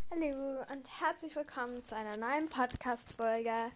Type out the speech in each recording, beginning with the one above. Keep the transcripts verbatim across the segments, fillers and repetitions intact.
Hallo und herzlich willkommen zu einer neuen Podcast-Folge.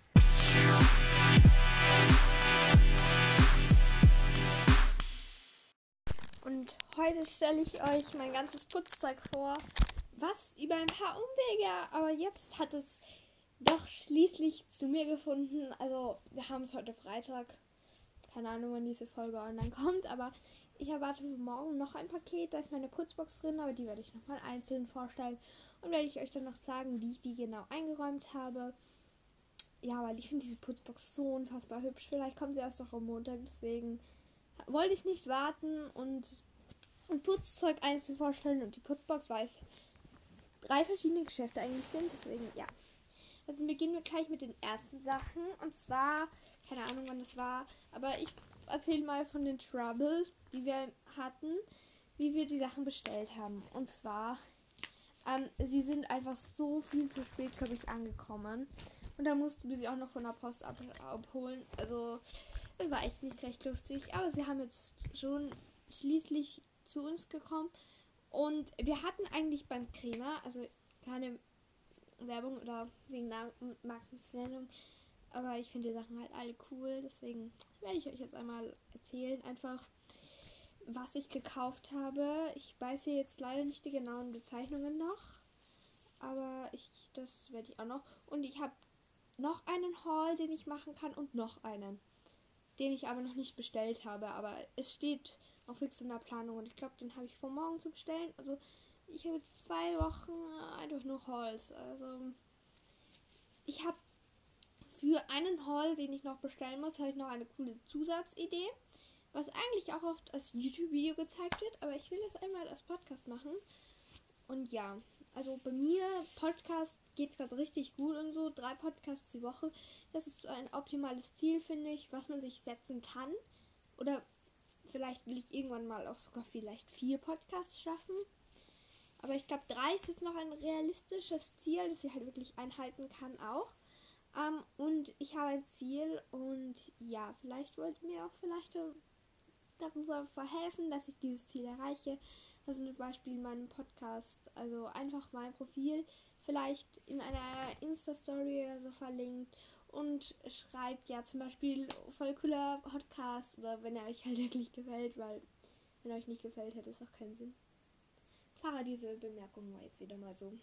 Und heute stelle ich euch mein ganzes Putzzeug vor, was über ein paar Umwege, aber jetzt hat es doch schließlich zu mir gefunden. Also wir haben es heute Freitag, keine Ahnung, wann diese Folge online kommt, aber ich erwarte morgen noch ein Paket, da ist meine Putzbox drin, aber die werde ich nochmal einzeln vorstellen und werde ich euch dann noch sagen, wie ich die genau eingeräumt habe. Ja, weil ich finde diese Putzbox so unfassbar hübsch. Vielleicht kommt sie erst noch am Montag, deswegen wollte ich nicht warten und ein Putzzeug einzeln vorstellen und die Putzbox, weil es drei verschiedene Geschäfte eigentlich sind, deswegen ja. Also beginnen wir gleich mit den ersten Sachen und zwar, keine Ahnung wann das war, aber ich erzähle mal von den Troubles, die wir hatten, wie wir die Sachen bestellt haben. Und zwar, ähm, sie sind einfach so viel zu spät, glaube ich, angekommen. Und da mussten wir sie auch noch von der Post ab abholen. Also, es war echt nicht recht lustig. Aber sie haben jetzt schon schließlich zu uns gekommen. Und wir hatten eigentlich beim Crema, also keine Werbung oder wegen Markennennung, aber ich finde die Sachen halt alle cool. Deswegen werde ich euch jetzt einmal erzählen, einfach was ich gekauft habe. Ich weiß hier jetzt leider nicht die genauen Bezeichnungen noch, aber ich das werde ich auch noch. Und ich habe noch einen Haul, den ich machen kann und noch einen, den ich aber noch nicht bestellt habe. Aber es steht auch fix in der Planung und ich glaube, den habe ich vor morgen zu bestellen. Also ich habe jetzt zwei Wochen einfach nur Hauls. Also ich habe für einen Haul, den ich noch bestellen muss, habe ich noch eine coole Zusatzidee, was eigentlich auch oft als YouTube-Video gezeigt wird, aber ich will das einmal als Podcast machen. Und ja, also bei mir, Podcast geht es gerade richtig gut und so. Drei Podcasts die Woche. Das ist so ein optimales Ziel, finde ich, was man sich setzen kann. Oder vielleicht will ich irgendwann mal auch sogar vielleicht vier Podcasts schaffen. Aber ich glaube, drei ist jetzt noch ein realistisches Ziel, das ich halt wirklich einhalten kann auch. Um, und ich habe ein Ziel und ja, vielleicht wollt ihr mir auch vielleicht darüber verhelfen, dass ich dieses Ziel erreiche. Also zum Beispiel meinen Podcast, also einfach mein Profil vielleicht in einer Insta-Story oder so verlinkt und schreibt ja zum Beispiel voll cooler Podcast oder wenn er euch halt wirklich gefällt, weil wenn er euch nicht gefällt, hätte es auch keinen Sinn. Clara, diese Bemerkung war jetzt wieder mal so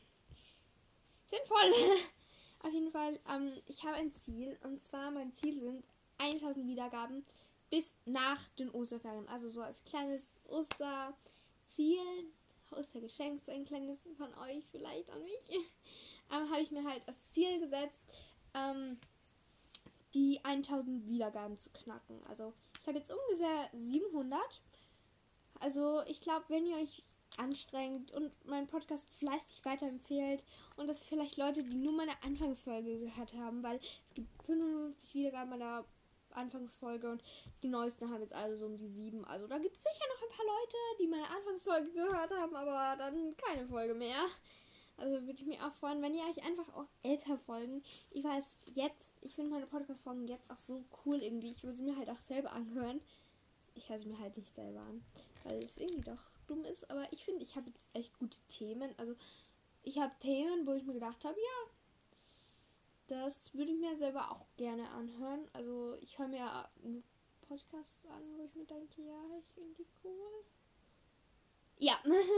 sinnvoll. Auf jeden Fall, ähm, ich habe ein Ziel und zwar mein Ziel sind tausend Wiedergaben bis nach den Osterferien. Also so als kleines Osterziel, Ostergeschenk, so ein kleines von euch vielleicht an mich, ähm, habe ich mir halt als Ziel gesetzt, ähm, die tausend Wiedergaben zu knacken. Also ich habe jetzt ungefähr siebenhundert. Also ich glaube, wenn ihr euch anstrengt und meinen Podcast fleißig weiterempfehlt und dass vielleicht Leute, die nur meine Anfangsfolge gehört haben, weil es gibt fünfundfünfzig Wiedergaben meiner Anfangsfolge und die neuesten haben jetzt alle so um die sieben. Also da gibt es sicher noch ein paar Leute, die meine Anfangsfolge gehört haben, aber dann keine Folge mehr. Also würde ich mich auch freuen, wenn ihr euch einfach auch älter folgen. Ich weiß jetzt, ich finde meine Podcast-Folgen jetzt auch so cool irgendwie. Ich würde sie mir halt auch selber anhören. Ich höre sie mir halt nicht selber an, weil es irgendwie doch dumm ist. Aber ich finde, ich habe jetzt echt gute Themen. Also ich habe Themen, wo ich mir gedacht habe, ja, das würde ich mir selber auch gerne anhören. Also ich höre mir Podcasts an, wo ich mir denke, ja, ich finde die cool. Ja,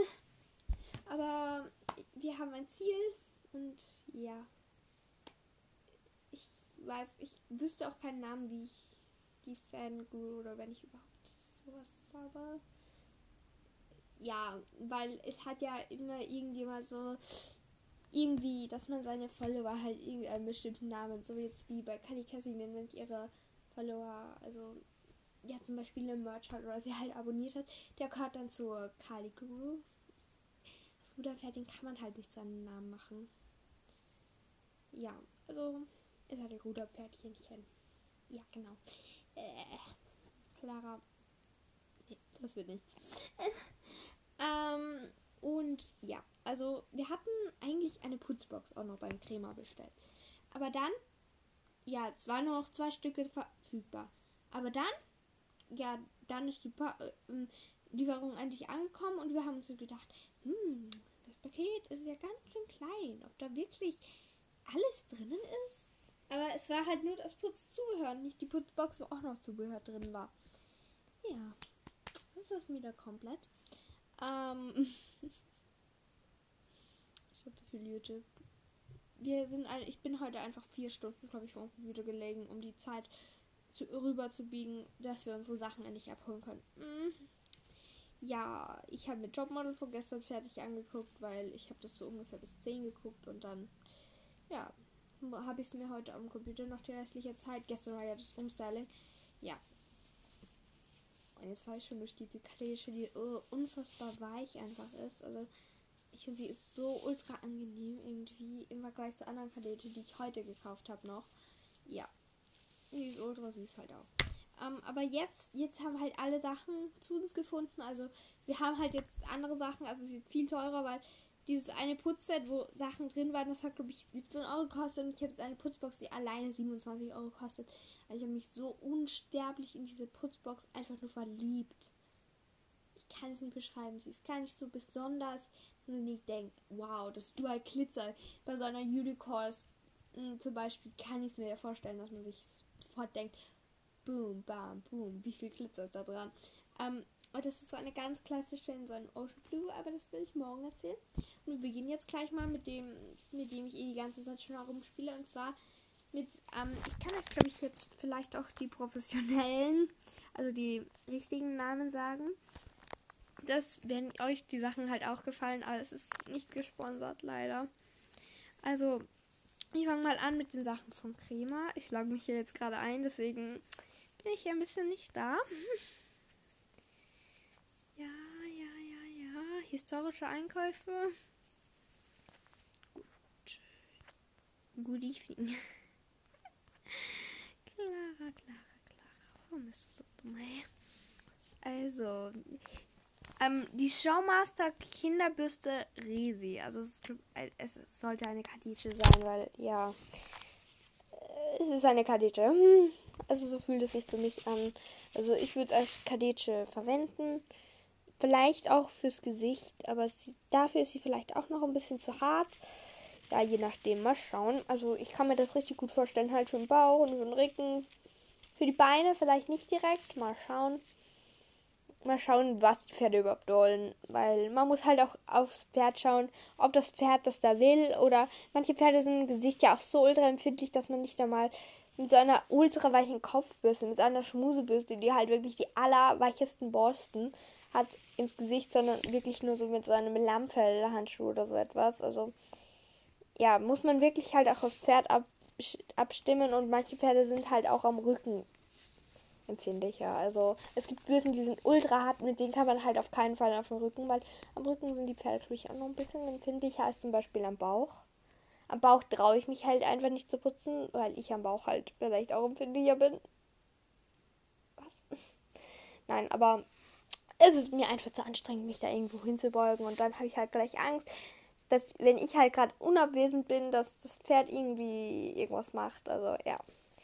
aber wir haben ein Ziel und ja, ich weiß, ich wüsste auch keinen Namen, wie ich die Fangirl oder wenn ich überhaupt sowas habe. Ja, weil es hat ja immer irgendjemand so irgendwie, dass man seine Follower halt irgendeinen bestimmten Namen, so jetzt wie bei Kali Cassie nennt ihre Follower, also ja zum Beispiel eine Merch hat oder sie halt abonniert hat, der gehört dann zur Kali Guru. Das Ruderpferd, den kann man halt nicht seinen Namen machen. Ja, also ist halt ein Ruderpferdchenchen. Ja, genau. Äh, Clara. Nee, das wird nichts. ähm, und ja, also wir hatten eigentlich eine Putzbox auch noch beim Crema bestellt. Aber dann, ja, es waren nur noch zwei Stücke verfügbar. Aber dann, ja, dann ist die pa- äh, Lieferung endlich angekommen und wir haben uns so gedacht, hm, das Paket ist ja ganz schön klein. Ob da wirklich alles drinnen ist? Aber es war halt nur das Putzzubehör, nicht die Putzbox, wo auch noch Zubehör drin war. Ja, das war's wieder komplett. Ähm, ich hatte zu viel YouTube. Wir sind, ich bin heute einfach vier Stunden, glaube ich, vor dem Computer gelegen, um die Zeit zu, rüber zu biegen, dass wir unsere Sachen endlich abholen können. Mm. Ja, ich habe mir Jobmodel vorgestern fertig angeguckt, weil ich habe das so ungefähr bis zehn geguckt und dann, ja, habe ich es mir heute am Computer noch die restliche Zeit. Gestern war ja das Umstyling. Ja. Und jetzt fahre ich schon durch diese Kalesche, die oh, unfassbar weich einfach ist. Also, ich finde, sie ist so ultra angenehm irgendwie im Vergleich zu anderen Kadete, die ich heute gekauft habe noch. Ja. Die ist ultra süß halt auch. Ähm, aber jetzt, jetzt haben halt alle Sachen zu uns gefunden. Also wir haben halt jetzt andere Sachen. Also sie ist viel teurer, weil dieses eine Putzset, wo Sachen drin waren, das hat glaube ich siebzehn Euro gekostet. Und ich habe jetzt eine Putzbox, die alleine siebenundzwanzig Euro kostet. Also ich habe mich so unsterblich in diese Putzbox einfach nur verliebt. Ich kann es nicht beschreiben. Sie ist gar nicht so besonders. Nur nicht denkt, wow, das ist überall Glitzer. Bei so einer Unicorns zum Beispiel kann ich es mir ja vorstellen, dass man sich sofort denkt, boom, bam, boom, wie viel Glitzer ist da dran. Ähm, und das ist so eine ganz klassische in so einem Ocean Blue, aber das will ich morgen erzählen. Und wir beginnen jetzt gleich mal mit dem, mit dem ich eh die ganze Zeit schon herumspiele. Und zwar mit, ähm, ich kann euch, glaube ich, jetzt vielleicht auch die professionellen, also die richtigen Namen sagen. Das werden euch die Sachen halt auch gefallen, aber es ist nicht gesponsert, leider. Also, ich fange mal an mit den Sachen von Crema. Ich logge mich hier jetzt gerade ein, deswegen bin ich hier ein bisschen nicht da. Ja, ja, ja, ja. Historische Einkäufe. Gut. Good evening. Clara, Clara, Clara. Warum ist das so dumm, ey? Also, ähm, die Showmaster Kinderbürste Resi. Also, es, es, es sollte eine Kadische sein, weil, ja, es ist eine Kadische. Hm. Also, so fühlt es sich für mich an. Also, ich würde es als Kadische verwenden. Vielleicht auch fürs Gesicht, aber sie, dafür ist sie vielleicht auch noch ein bisschen zu hart. Ja, je nachdem, mal schauen. Also, ich kann mir das richtig gut vorstellen, halt für den Bauch und für den Rücken. Für die Beine vielleicht nicht direkt. Mal schauen. Mal schauen, was die Pferde überhaupt wollen. Weil man muss halt auch aufs Pferd schauen, ob das Pferd das da will. Oder manche Pferde sind im Gesicht ja auch so ultra empfindlich, dass man nicht einmal mit so einer ultra weichen Kopfbürste, mit so einer Schmusebürste, die halt wirklich die allerweichesten Borsten hat ins Gesicht, sondern wirklich nur so mit so einem Lammfellhandschuh oder so etwas. Also, ja, muss man wirklich halt auch aufs Pferd ab, abstimmen und manche Pferde sind halt auch am Rücken empfindlicher. Also es gibt Bürsten, die sind ultra hart, mit denen kann man halt auf keinen Fall auf dem Rücken, weil am Rücken sind die Pferde, glaube ich, auch noch ein bisschen empfindlicher als zum Beispiel am Bauch. Am Bauch traue ich mich halt einfach nicht zu putzen, weil ich am Bauch halt vielleicht auch empfindlicher bin. Was? Nein, aber es ist mir einfach zu anstrengend, mich da irgendwo hinzubeugen und dann habe ich halt gleich Angst, dass wenn ich halt gerade unabwesend bin, dass das Pferd irgendwie irgendwas macht. Also ja.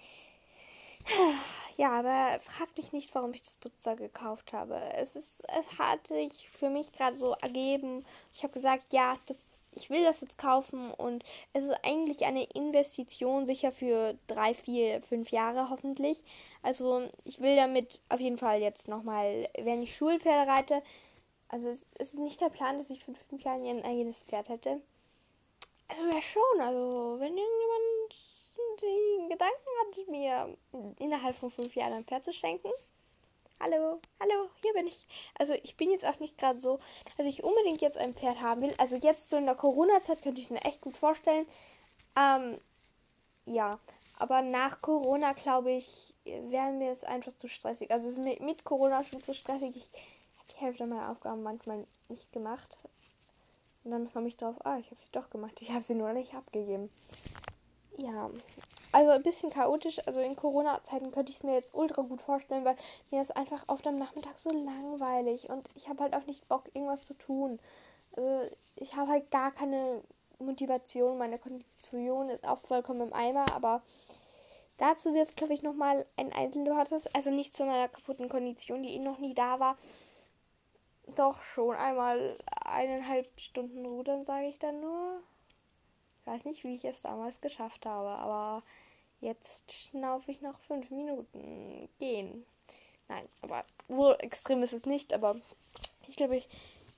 Ja, aber frag mich nicht, warum ich das Putzzeug gekauft habe. Es ist, es hatte ich für mich gerade so ergeben. Ich habe gesagt, ja, das, ich will das jetzt kaufen und es ist eigentlich eine Investition, sicher für drei, vier, fünf Jahre hoffentlich. Also ich will damit auf jeden Fall jetzt nochmal, wenn ich Schulpferde reite, also es, es ist nicht der Plan, dass ich für fünf Jahre ein eigenes Pferd hätte. Also ja schon, also wenn irgendjemand den Gedanken hat, mir innerhalb von fünf Jahren ein Pferd zu schenken. Hallo, hallo, hier bin ich. Also ich bin jetzt auch nicht gerade so, dass ich unbedingt jetzt ein Pferd haben will. Also jetzt so in der Corona-Zeit könnte ich mir echt gut vorstellen. Ähm, ja, aber nach Corona, glaube ich, wäre mir es einfach zu stressig. Also es ist mit, mit Corona schon zu stressig. Ich habe die Hälfte meiner Aufgaben manchmal nicht gemacht. Und dann komme ich drauf, ah, ich habe sie doch gemacht. Ich habe sie nur nicht abgegeben. Ja, also ein bisschen chaotisch. Also in Corona-Zeiten könnte ich es mir jetzt ultra gut vorstellen, weil mir ist einfach oft am Nachmittag so langweilig und ich habe halt auch nicht Bock, irgendwas zu tun. Also ich habe halt gar keine Motivation. Meine Kondition ist auch vollkommen im Eimer, aber dazu wird es, glaube ich, nochmal ein Einzel, du hattest. Also nicht zu meiner kaputten Kondition, die eh noch nie da war. Doch schon einmal eineinhalb Stunden rudern, sage ich dann nur. Ich weiß nicht, wie ich es damals geschafft habe, aber jetzt schnaufe ich noch fünf Minuten gehen. Nein, aber so extrem ist es nicht, aber ich glaube, ich...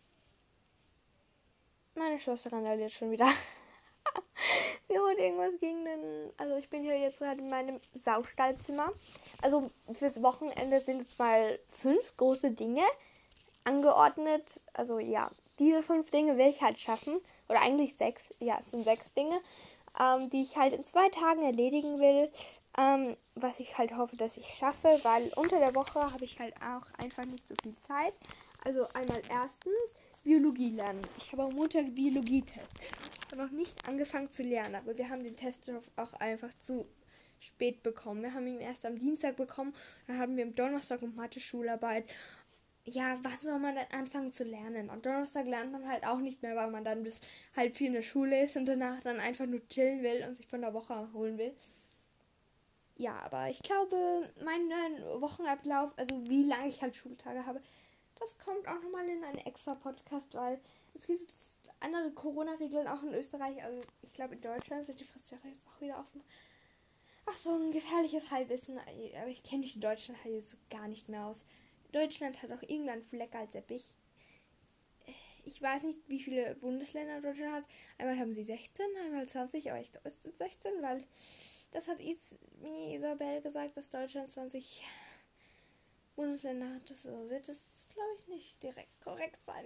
Meine Schwester randaliert schon wieder. Sie holt irgendwas gegen den... Also ich bin hier jetzt gerade in meinem Saustallzimmer. Also fürs Wochenende sind jetzt mal fünf große Dinge angeordnet. Also ja, diese fünf Dinge will ich halt schaffen. Oder eigentlich sechs. Ja, es sind sechs Dinge, ähm, die ich halt in zwei Tagen erledigen will. Ähm, was ich halt hoffe, dass ich schaffe, weil unter der Woche habe ich halt auch einfach nicht so viel Zeit. Also einmal erstens Biologie lernen. Ich habe am Montag Biologietest. Ich habe noch nicht angefangen zu lernen, aber wir haben den Test auch einfach zu spät bekommen. Wir haben ihn erst am Dienstag bekommen, dann haben wir am Donnerstag und Mathe-Schularbeit. Ja, was soll man dann anfangen zu lernen? Am Donnerstag lernt man halt auch nicht mehr, weil man dann bis halb vier in der Schule ist und danach dann einfach nur chillen will und sich von der Woche erholen will. Ja, aber ich glaube, mein Wochenablauf, also wie lange ich halt Schultage habe, das kommt auch nochmal in einen extra Podcast, weil es gibt jetzt andere Corona-Regeln auch in Österreich. Also ich glaube, in Deutschland sind die Fristeure jetzt auch wieder offen. Ach, so ein gefährliches Halbwissen. Aber ich kenne mich in Deutschland halt jetzt so gar nicht mehr aus. Deutschland hat auch irgendeinen Fleck als Teppich. Ich weiß nicht, wie viele Bundesländer Deutschland hat. Einmal haben sie sechzehn, einmal zwanzig, aber ich glaube, es sind sechzehn, weil das hat Is- mir Isabel gesagt, dass Deutschland zwanzig Bundesländer hat. Das wird es, glaube ich, nicht direkt korrekt sein.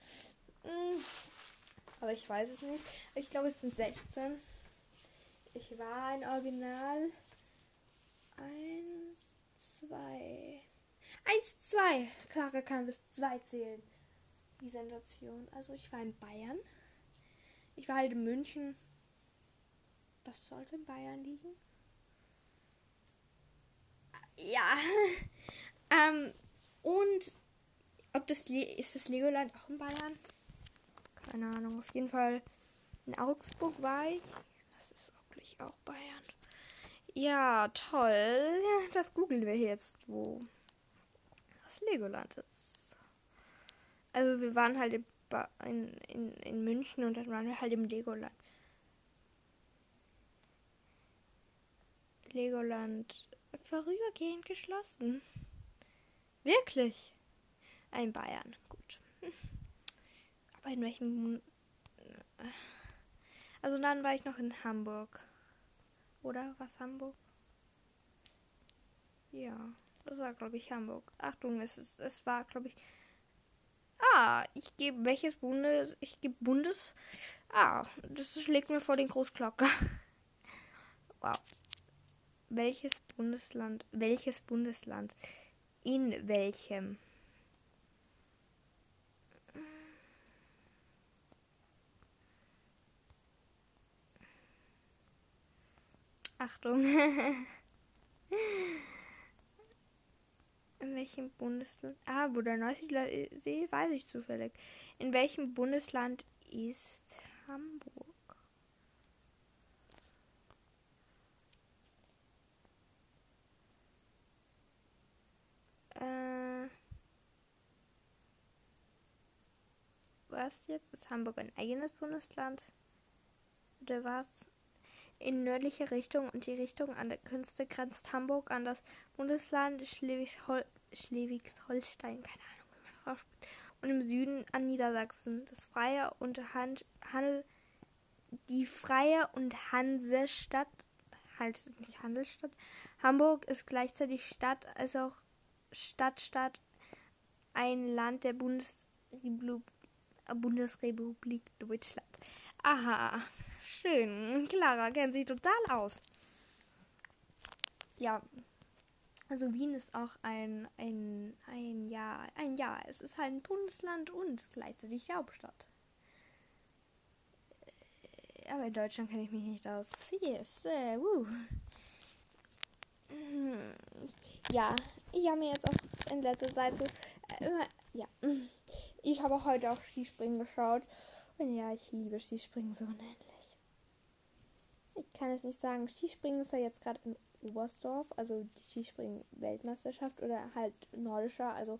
Aber ich weiß es nicht. Ich glaube, es sind sechzehn. Ich war ein Original. Eins, zwei. Eins, zwei. Clara kann bis zwei zählen. Die Sensation. Also ich war in Bayern. Ich war halt in München. Das sollte in Bayern liegen. Ja. ähm, und ob das Le- ist das Legoland auch in Bayern? Keine Ahnung. Auf jeden Fall in Augsburg war ich. Das ist wirklich auch Bayern. Ja, toll. Das googeln wir jetzt, wo das Legoland ist. Also wir waren halt in, ba- in, in, in München und dann waren wir halt im Legoland. Legoland vorübergehend geschlossen. Wirklich? Ein Bayern, gut. Aber in welchem... Also dann war ich noch in Hamburg. Oder was, Hamburg? Ja, das war, glaube ich, Hamburg. Achtung, es, ist, es war, glaube ich... Ah, ich gebe welches Bundes... Ich gebe Bundes... Ah, das schlägt mir vor den Großglockner. Wow. Welches Bundesland... Welches Bundesland? In welchem? Achtung. In welchem Bundesland? Ah, wo der Neusiedlersee, weiß ich zufällig. In welchem Bundesland ist Hamburg? Äh, was jetzt? Ist Hamburg ein eigenes Bundesland? Oder was? In nördlicher Richtung und die Richtung an der Küste grenzt Hamburg an das Bundesland Schleswig-Hol- Schleswig-Holstein, keine Ahnung, wie man das ausspricht, und im Süden an Niedersachsen. Das freie und Han- Handel, die freie und Hansestadt, halt nicht Handelsstadt, Hamburg ist gleichzeitig Stadt als auch Stadtstaat, ein Land der Bundesrepublik, Bundesrepublik Deutschland. Aha, schön. Clara kennt sich total aus. Ja, also Wien ist auch ein, ein, ein Jahr, ein Jahr. Es ist halt ein Bundesland und gleichzeitig die Hauptstadt. Aber in Deutschland kenne ich mich nicht aus. Yes, äh, uh. Ja, ich habe mir jetzt auch in letzter Zeit so, äh, immer, ja, ich habe auch heute auf Skispringen geschaut. Und ja, ich liebe Skispringen so unendlich. Ich kann es nicht sagen. Skispringen ist ja jetzt gerade in Oberstdorf, also die Skispringen-Weltmeisterschaft oder halt nordischer, also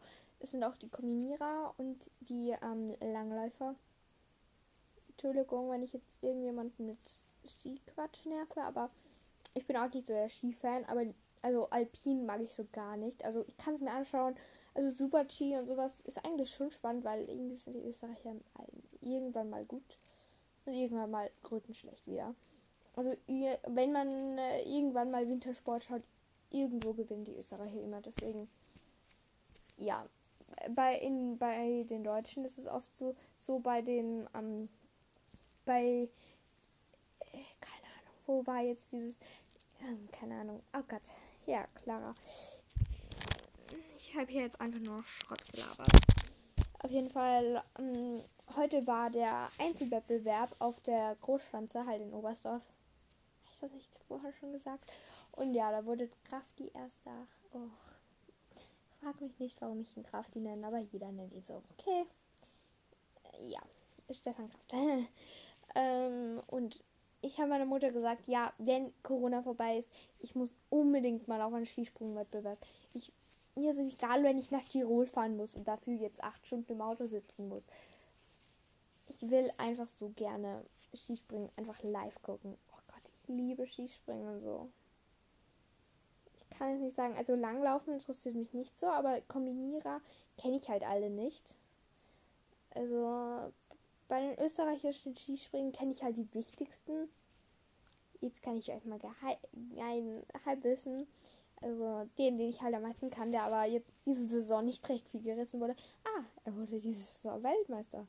es sind auch die Kombinierer und die ähm, Langläufer. Entschuldigung, wenn ich jetzt irgendjemanden mit Skiquatsch nerve, aber ich bin auch nicht so der Skifan, aber also Alpin mag ich so gar nicht. Also ich kann es mir anschauen. Also Super-G und sowas ist eigentlich schon spannend, weil irgendwie sind die Österreicher irgendwann mal gut und irgendwann mal grötenschlecht wieder. Also wenn man äh, irgendwann mal Wintersport schaut, irgendwo gewinnen die Österreicher immer. Deswegen, ja, bei, in, bei den Deutschen ist es oft so, so bei den, ähm, bei, äh, keine Ahnung, wo war jetzt dieses, ähm, keine Ahnung, oh Gott, ja, Clara. Ich habe hier jetzt einfach nur Schrott gelabert. Auf jeden Fall, ähm, heute war der Einzelwettbewerb auf der Großschanze, halt in Oberstdorf. Habe ich das nicht vorher schon gesagt? Und ja, da wurde Krafti erster. Oh, frag mich nicht, warum ich ihn Krafti nenne, aber jeder nennt ihn so. Okay. Ja, ist Stefan Kraft. ähm, und ich habe meiner Mutter gesagt, ja, wenn Corona vorbei ist, ich muss unbedingt mal auf einen Skisprungwettbewerb. Ich, mir ist es egal, wenn ich nach Tirol fahren muss und dafür jetzt acht Stunden im Auto sitzen muss. Ich will einfach so gerne Skispringen einfach live gucken. Oh Gott, ich liebe Skispringen und so. Ich kann es nicht sagen. Also Langlaufen interessiert mich nicht so, aber Kombinierer kenne ich halt alle nicht. Also bei den österreichischen Skispringen kenne ich halt die wichtigsten. Jetzt kann ich euch mal ein Halbwissen. Also den, den ich halt am meisten kann, der aber jetzt diese Saison nicht recht viel gerissen wurde. Ah, er wurde diese Saison Weltmeister.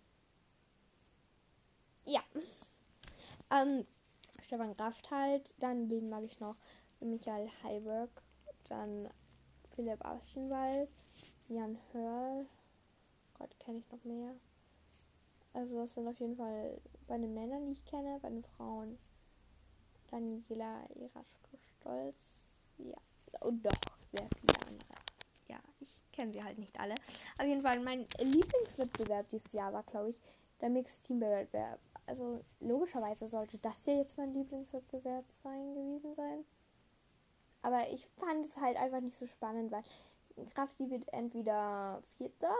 Ja. ähm, Stefan Kraft halt. Dann wen mag ich noch? Michael Heiberg. Dann Philipp Aschenwald. Jan Hörl. Gott, kenne ich noch mehr. Also das sind auf jeden Fall bei den Männern, die ich kenne. Bei den Frauen Daniela Iraschko-Stolz. Ja. Und doch sehr viele andere. Ja, ich kenne sie halt nicht alle. Auf jeden Fall, mein Lieblingswettbewerb dieses Jahr war, glaube ich, der Mixed-Team-Wettbewerb. Also logischerweise sollte das hier jetzt mein Lieblingswettbewerb sein gewesen sein. Aber ich fand es halt einfach nicht so spannend, weil Krafti wird entweder Vierter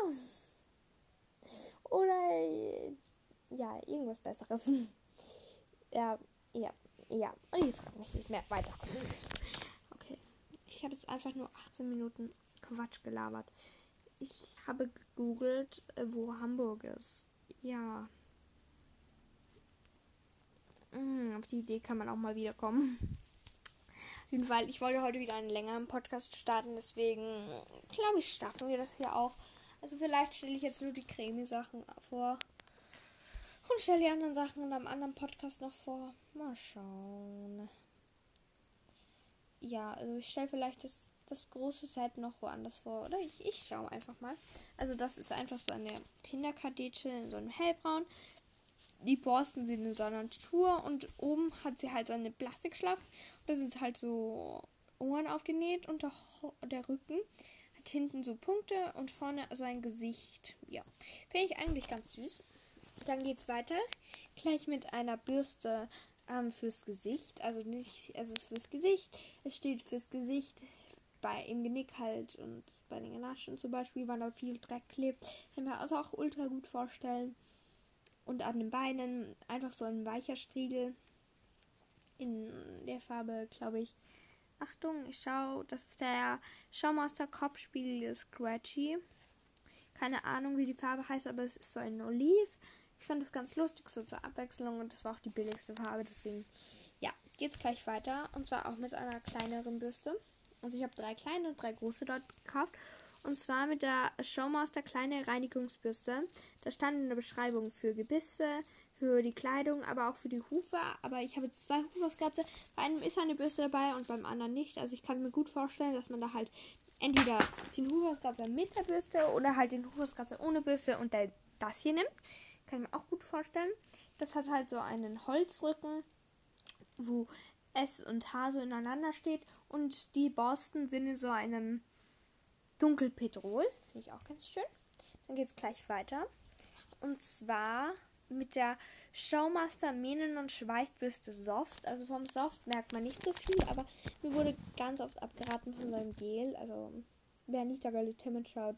oder ja, irgendwas Besseres. ja, ja, ja. Und ich frage mich nicht mehr weiter. Okay. Ich habe jetzt einfach nur achtzehn Minuten Quatsch gelabert. Ich habe gegoogelt, wo Hamburg ist. Ja. Hm, auf die Idee kann man auch mal wieder kommen. Auf jeden Fall, ich wollte heute wieder einen längeren Podcast starten, deswegen glaube ich, schaffen wir das hier auch. Also vielleicht stelle ich jetzt nur die Creme-Sachen vor und stelle die anderen Sachen in einem anderen Podcast noch vor. Mal schauen. Ja, also ich stelle vielleicht das, das große Set noch woanders vor. Oder ich, ich schaue einfach mal. Also das ist einfach so eine Kinderkadetsche in so einem hellbraun. Die Borsten sind in so einer Tour und oben hat sie halt so eine Plastikschlaufe. Und da sind halt so Ohren aufgenäht und der, der Rücken hat hinten so Punkte und vorne so ein Gesicht. Ja, finde ich eigentlich ganz süß. Dann geht's weiter. Gleich mit einer Bürste ähm, fürs Gesicht. Also nicht, es ist fürs Gesicht. Es steht fürs Gesicht bei im Genick halt und bei den Ganaschen zum Beispiel, weil dort viel Dreck klebt. Kann mir also auch ultra gut vorstellen. Und an den Beinen einfach so ein weicher Striegel in der Farbe, glaube ich. Achtung, ich schau, das ist der Showmaster Kopfspiegel Scratchy. Keine Ahnung, wie die Farbe heißt, aber es ist so ein Oliv. Ich fand das ganz lustig, so zur Abwechslung und das war auch die billigste Farbe, deswegen, ja, geht's gleich weiter. Und zwar auch mit einer kleineren Bürste. Also ich habe drei kleine und drei große dort gekauft. Und zwar mit der Showmaster kleine Reinigungsbürste. Da stand in der Beschreibung für Gebisse, für die Kleidung, aber auch für die Hufe. Aber ich habe jetzt zwei Huferskratzer. Bei einem ist eine Bürste dabei und beim anderen nicht. Also ich kann mir gut vorstellen, dass man da halt entweder den Huferskratzer mit der Bürste oder halt den Huferskratzer ohne Bürste und der, das hier nimmt. Kann ich mir auch gut vorstellen. Das hat halt so einen Holzrücken, wo S und H so ineinander steht. Und die Borsten sind in so einem Dunkelpetrol. Finde ich auch ganz schön. Dann geht es gleich weiter. Und zwar mit der Showmaster Mähnen- und Schweifbürste Soft. Also vom Soft merkt man nicht so viel, aber mir wurde ganz oft abgeraten von so einem Gel. Also wer nicht der Galit Timid schaut,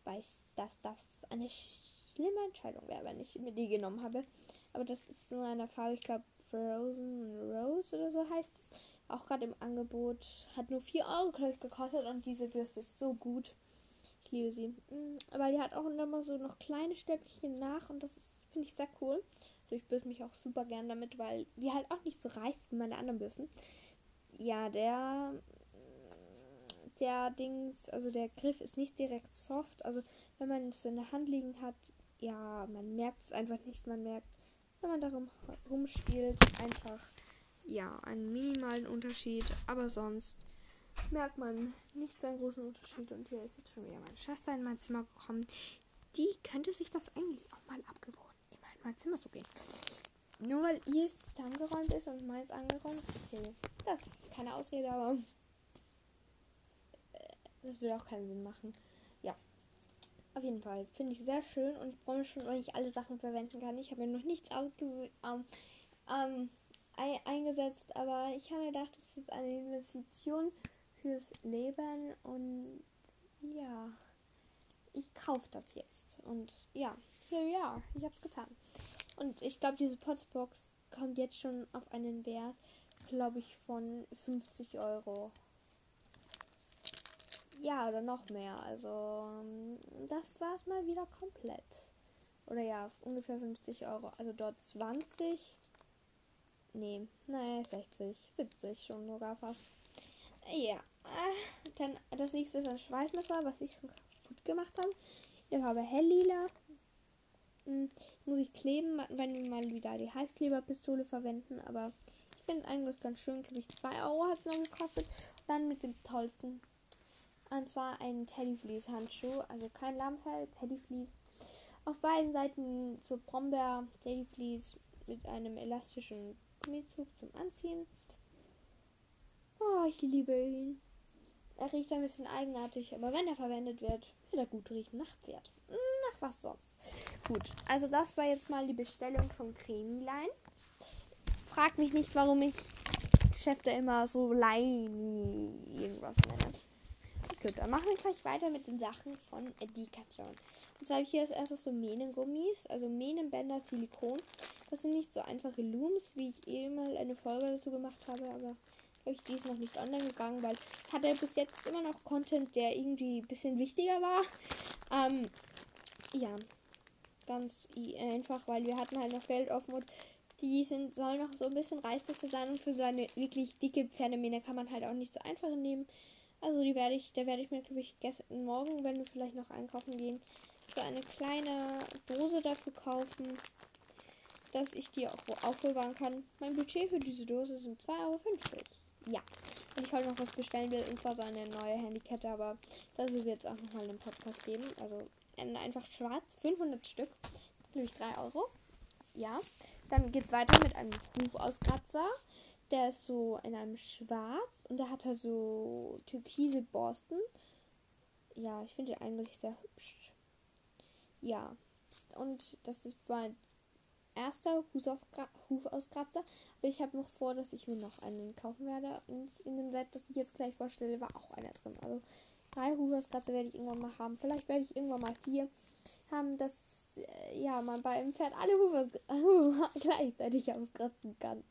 weiß, dass das eine schlimme Entscheidung wäre, wenn ich mir die genommen habe. Aber das ist so eine Farbe, ich glaube Frozen Rose oder so heißt es. Auch gerade im Angebot. Hat nur vier Euro, glaube ich, gekostet. Und diese Bürste ist so gut. Ich liebe sie. Aber die hat auch immer so noch kleine Stöckchen nach. Und das finde ich sehr cool. Also ich bürste mich auch super gern damit, weil sie halt auch nicht so reißt wie meine anderen Bürsten. Ja, der der Dings, also der Griff ist nicht direkt soft. Also wenn man es so in der Hand liegen hat, ja, man merkt es einfach nicht. Man merkt, wenn man darum rumspielt, einfach, ja, einen minimalen Unterschied. Aber sonst merkt man nicht so einen großen Unterschied. Und hier ist jetzt schon wieder meine Schwester in mein Zimmer gekommen. Die könnte sich das eigentlich auch mal abgewöhnen, immer in mein Zimmer zu gehen. Nur weil ihr es angeräumt ist und meins angeräumt ist. Okay. Das ist keine Ausrede, aber das würde auch keinen Sinn machen. Ja, auf jeden Fall. Finde ich sehr schön und ich freue mich schon, wenn ich alle Sachen verwenden kann. Ich habe mir noch nichts ausge ähm, ähm, ein eingesetzt, aber ich habe mir gedacht, das ist jetzt eine Investition fürs Leben und ja, ich kaufe das jetzt. Und ja, here we are. Ich habe es getan. Und ich glaube, diese Potsbox kommt jetzt schon auf einen Wert, glaube ich, von fünfzig Euro. Ja, oder noch mehr. Also, das war es mal wieder komplett. Oder ja, ungefähr fünfzig Euro. Also dort zwanzig. Nee, nein, sechzig, siebzig schon sogar fast. Ja. Dann das nächste ist ein Schweißmesser, was ich schon gut gemacht habe. In der Farbe helllila. Muss ich kleben, wenn wir mal wieder die Heißkleberpistole verwenden. Aber ich finde eigentlich ganz schön. Glaube ich, zwei Euro hat es noch gekostet. Und dann mit dem tollsten. Und zwar ein Teddyfleece-Handschuh. Also kein Lammfell, Teddyfleece. Auf beiden Seiten so Brombeer, Teddyfleece mit einem elastischen Gummizug zum Anziehen. Oh, ich liebe ihn. Er riecht ein bisschen eigenartig, aber wenn er verwendet wird, wird er gut riechen. Nach Pferd. Nach was sonst. Gut, also das war jetzt mal die Bestellung von Cremilein. Frag mich nicht, warum ich Geschäfte immer so Leini irgendwas nenne. Gut, dann machen wir gleich weiter mit den Sachen von Decathlon. Und zwar habe ich hier als erstes so Mähnengummis, also Mähnenbänder Silikon. Das sind nicht so einfache Looms, wie ich eh mal eine Folge dazu gemacht habe, aber glaube ich, die ist noch nicht online gegangen, weil ich hatte bis jetzt immer noch Content, der irgendwie ein bisschen wichtiger war. Ähm, ja, ganz einfach, weil wir hatten halt noch Geld offen und die sind, sollen noch so ein bisschen reißfester sein und für so eine wirklich dicke Pferdemähne kann man halt auch nicht so einfach nehmen. Also die werde ich, da werde ich mir, glaube ich, gestern Morgen, wenn wir vielleicht noch einkaufen gehen, so eine kleine Dose dafür kaufen, dass ich die auch aufbewahren kann. Mein Budget für diese Dose sind zwei Euro fünfzig. Ja, wenn ich heute noch was bestellen will, und zwar so eine neue Handykette, aber das wird es auch nochmal einen Podcast geben. Also einfach schwarz, fünfhundert Stück, glaube ich drei Euro. Ja, dann geht es weiter mit einem Hufausgratzer. Der ist so in einem Schwarz und der hat halt so türkise Borsten. Ja, ich finde ihn eigentlich sehr hübsch. Ja, und das ist mein erster Hufausgratzer. Aber ich habe noch vor, dass ich mir noch einen kaufen werde. Und in dem Set, das ich jetzt gleich vorstelle, war auch einer drin. Also drei Hufausgratzer werde ich irgendwann mal haben. Vielleicht werde ich irgendwann mal vier haben, dass äh, ja, man bei einem Pferd alle Hufe gleichzeitig auskratzen kann.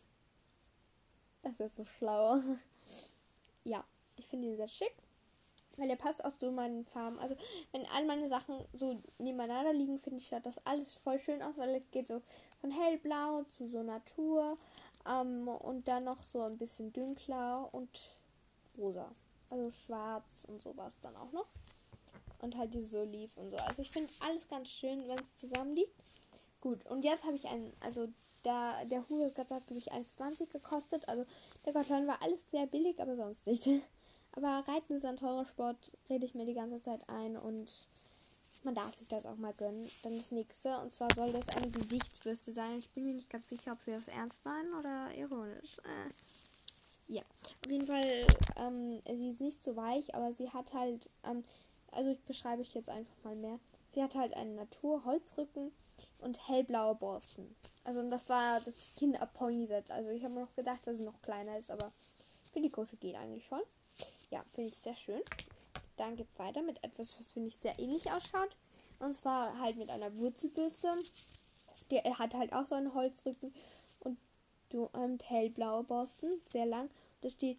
Das ist so schlau. Ja, ich finde ihn sehr schick, weil er passt auch zu meinen Farben. Also, wenn all meine Sachen so nebeneinander liegen, finde ich, schaut das alles voll schön aus. Weil es geht so von hellblau zu so Natur ähm, und dann noch so ein bisschen dünkler und rosa. Also schwarz und sowas dann auch noch. Und halt diese Oliv und so. Also, ich finde alles ganz schön, wenn es zusammen liegt. Gut, und jetzt habe ich einen, also der, der Hufe-Gratzer hat, glaube ich, eins zwanzig gekostet. Also der Karton war alles sehr billig, aber sonst nicht. Aber Reiten ist ein teurer Sport, rede ich mir die ganze Zeit ein und man darf sich das auch mal gönnen. Dann das nächste, und zwar soll das eine Gesichtsbürste sein. Ich bin mir nicht ganz sicher, ob sie das ernst meinen oder ironisch. Äh, ja, auf jeden Fall, ähm, sie ist nicht so weich, aber sie hat halt, ähm, also ich beschreibe ich jetzt einfach mal mehr. Sie hat halt einen Naturholzrücken und hellblaue Borsten. Also das war das Kinder-Pony-Set. Also ich habe mir noch gedacht, dass es noch kleiner ist, aber für die Größe geht eigentlich schon. Ja, finde ich sehr schön. dann geht's weiter mit etwas, was finde ich sehr ähnlich ausschaut. Und zwar halt mit einer Wurzelbürste. Der hat halt auch so einen Holzrücken und, und hellblaue Borsten, sehr lang. Da steht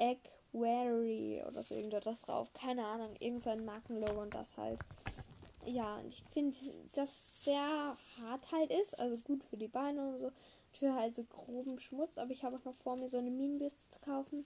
Equerry oder so irgendwas drauf. Keine Ahnung, irgendein Markenlogo und das halt. Ja, und ich finde, dass sehr hart halt ist, also gut für die Beine und so. Für halt so groben Schmutz, aber ich habe auch noch vor, mir so eine Minenbürste zu kaufen.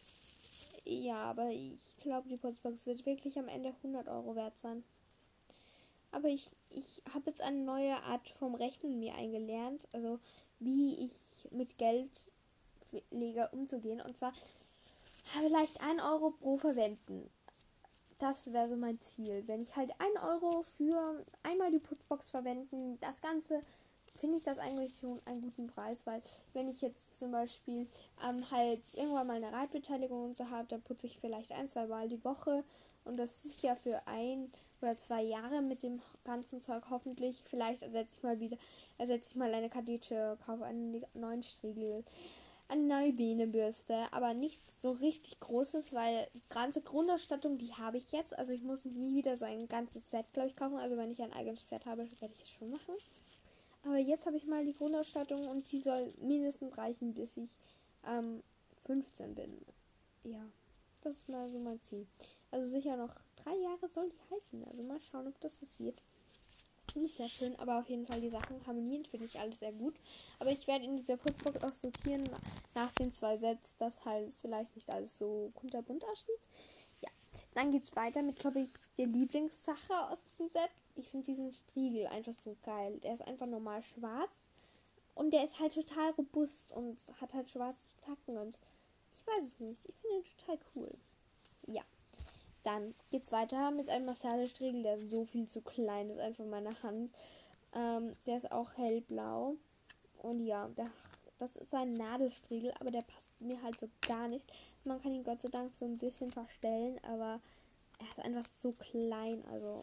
Ja, aber ich glaube, die Putzbox wird wirklich am Ende hundert Euro wert sein. Aber ich, ich habe jetzt eine neue Art vom Rechnen mir eingelernt, also wie ich mit Geldleger umzugehen. Und zwar vielleicht ein Euro pro Verwenden. Das wäre so mein Ziel. Wenn ich halt ein Euro für einmal die Putzbox verwenden, das Ganze, finde ich das eigentlich schon einen guten Preis, weil wenn ich jetzt zum Beispiel ähm, halt irgendwann mal eine Reitbeteiligung und so habe, dann putze ich vielleicht ein, zwei Mal die Woche und das ist ja für ein oder zwei Jahre mit dem ganzen Zeug hoffentlich. Vielleicht ersetze ich mal wieder, ersetze ich mal eine Kadetsche, kaufe einen neuen Striegel, eine neue Bienenbürste, aber nichts so richtig Großes, weil die ganze Grundausstattung, die habe ich jetzt. Also ich muss nie wieder so ein ganzes Set, glaube ich, kaufen. Also wenn ich ein eigenes Pferd habe, werde ich es schon machen. Aber jetzt habe ich mal die Grundausstattung und die soll mindestens reichen, bis ich ähm, fünfzehn bin. Ja, das ist mal so mein Ziel. Also sicher noch drei Jahre soll die halten. Also mal schauen, ob das das wird. Finde ich sehr schön, aber auf jeden Fall die Sachen harmonieren, finde ich alles sehr gut. Aber ich werde in dieser Putzbox auch sortieren nach den zwei Sets, dass halt vielleicht nicht alles so kunterbunt aussieht. Ja, dann geht's weiter mit, glaube ich, der Lieblingssache aus diesem Set. Ich finde diesen Striegel einfach so geil. Der ist einfach normal schwarz und der ist halt total robust und hat halt schwarze Zacken und ich weiß es nicht. Ich finde ihn total cool. Ja. Dann geht's weiter mit einem Massagestriegel, der so viel zu klein ist, einfach in meiner Hand. Ähm, der ist auch hellblau. Und ja, der, das ist ein Nadelstriegel, aber der passt mir halt so gar nicht. Man kann ihn Gott sei Dank so ein bisschen verstellen, aber er ist einfach so klein. Also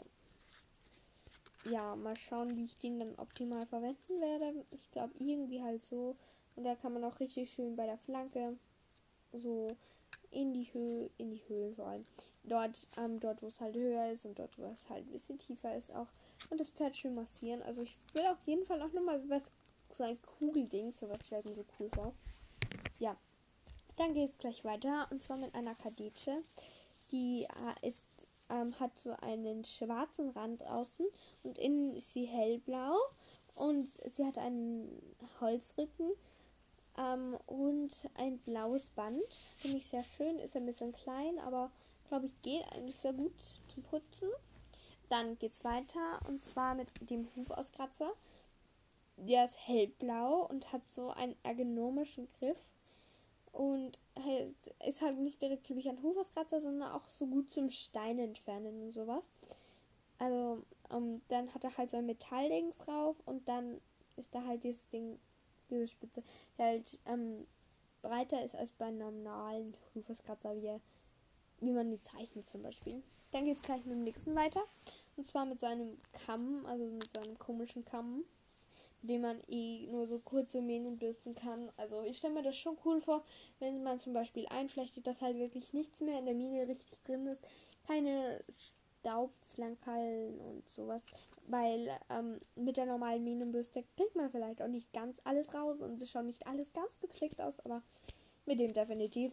ja, mal schauen, wie ich den dann optimal verwenden werde. Ich glaube irgendwie halt so. Und da kann man auch richtig schön bei der Flanke so in die Höhe, in die Höhlen vor allem. Dort, ähm, dort wo es halt höher ist und dort, wo es halt ein bisschen tiefer ist auch. Und das Pferd schön massieren. Also ich will auf jeden Fall auch nochmal so was, so ein Kugelding, sowas stellt mir so cool vor. Ja. Dann geht es gleich weiter und zwar mit einer Kadetsche. Die äh, ist, ähm, hat so einen schwarzen Rand außen und innen ist sie hellblau und sie hat einen Holzrücken. Ähm, und ein blaues Band. Finde ich sehr schön. Ist ein bisschen klein, aber glaube ich geht eigentlich sehr gut zum Putzen. Dann geht's weiter und zwar mit dem Hufauskratzer. Der ist hellblau und hat so einen ergonomischen Griff. Und ist halt nicht direkt, glaube ich, ein Hufauskratzer, sondern auch so gut zum Stein entfernen und sowas. Also, ähm, dann hat er halt so ein Metalldings drauf und dann ist da halt dieses Ding, diese Spitze, die halt ähm, breiter ist als bei einem normalen Hufauskratzer, wie, wie man die zeichnet zum Beispiel. Dann geht es gleich mit dem nächsten weiter. Und zwar mit seinem Kamm, also mit seinem komischen Kamm, mit dem man eh nur so kurze Mähnen bürsten kann. Also ich stelle mir das schon cool vor, wenn man zum Beispiel einflechtet, dass halt wirklich nichts mehr in der Mine richtig drin ist. Keine Staubflankallen und sowas. Weil ähm, mit der normalen Minenbürste kriegt man vielleicht auch nicht ganz alles raus und es schaut nicht alles ganz gepflegt aus, aber mit dem definitiv.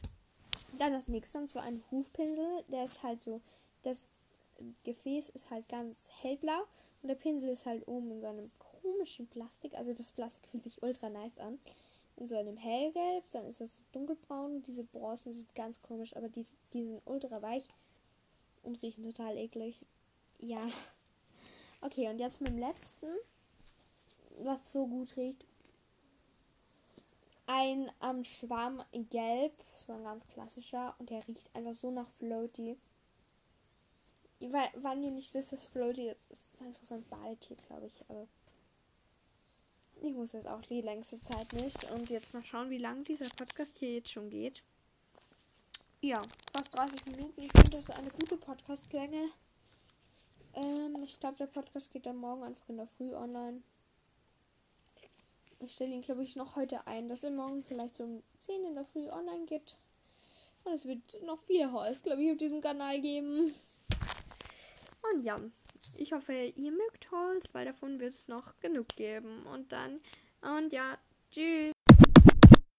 Dann das nächste, und zwar ein Hufpinsel. Der ist halt so, das Gefäß ist halt ganz hellblau und der Pinsel ist halt oben in so einem komischen Plastik. Also das Plastik fühlt sich ultra nice an. In so einem hellgelb, dann ist das dunkelbraun. Diese Bronzen sind ganz komisch, aber die, die sind ultra weich und riechen total eklig. Ja. Okay, und jetzt mit dem letzten, was so gut riecht. Ein ähm, Schwamm in Gelb, so ein ganz klassischer, und der riecht einfach so nach Floaty. Weil, wann ihr nicht wisst, was Floaty ist, ist es einfach so ein Badetier, glaube ich. Aber ich muss jetzt auch die längste Zeit nicht. Und jetzt mal schauen, wie lang dieser Podcast hier jetzt schon geht. Ja, fast dreißig Minuten. Ich finde, das ist eine gute Podcast-Länge. Ähm, ich glaube, der Podcast geht dann morgen einfach in der Früh online. Ich stelle ihn, glaube ich, noch heute ein, dass er morgen vielleicht so um zehn in der Früh online geht. Und es wird noch viel Holz, glaube ich, auf diesem Kanal geben. Und ja, ich hoffe, ihr mögt Holz, weil davon wird es noch genug geben. Und dann, und ja, tschüss.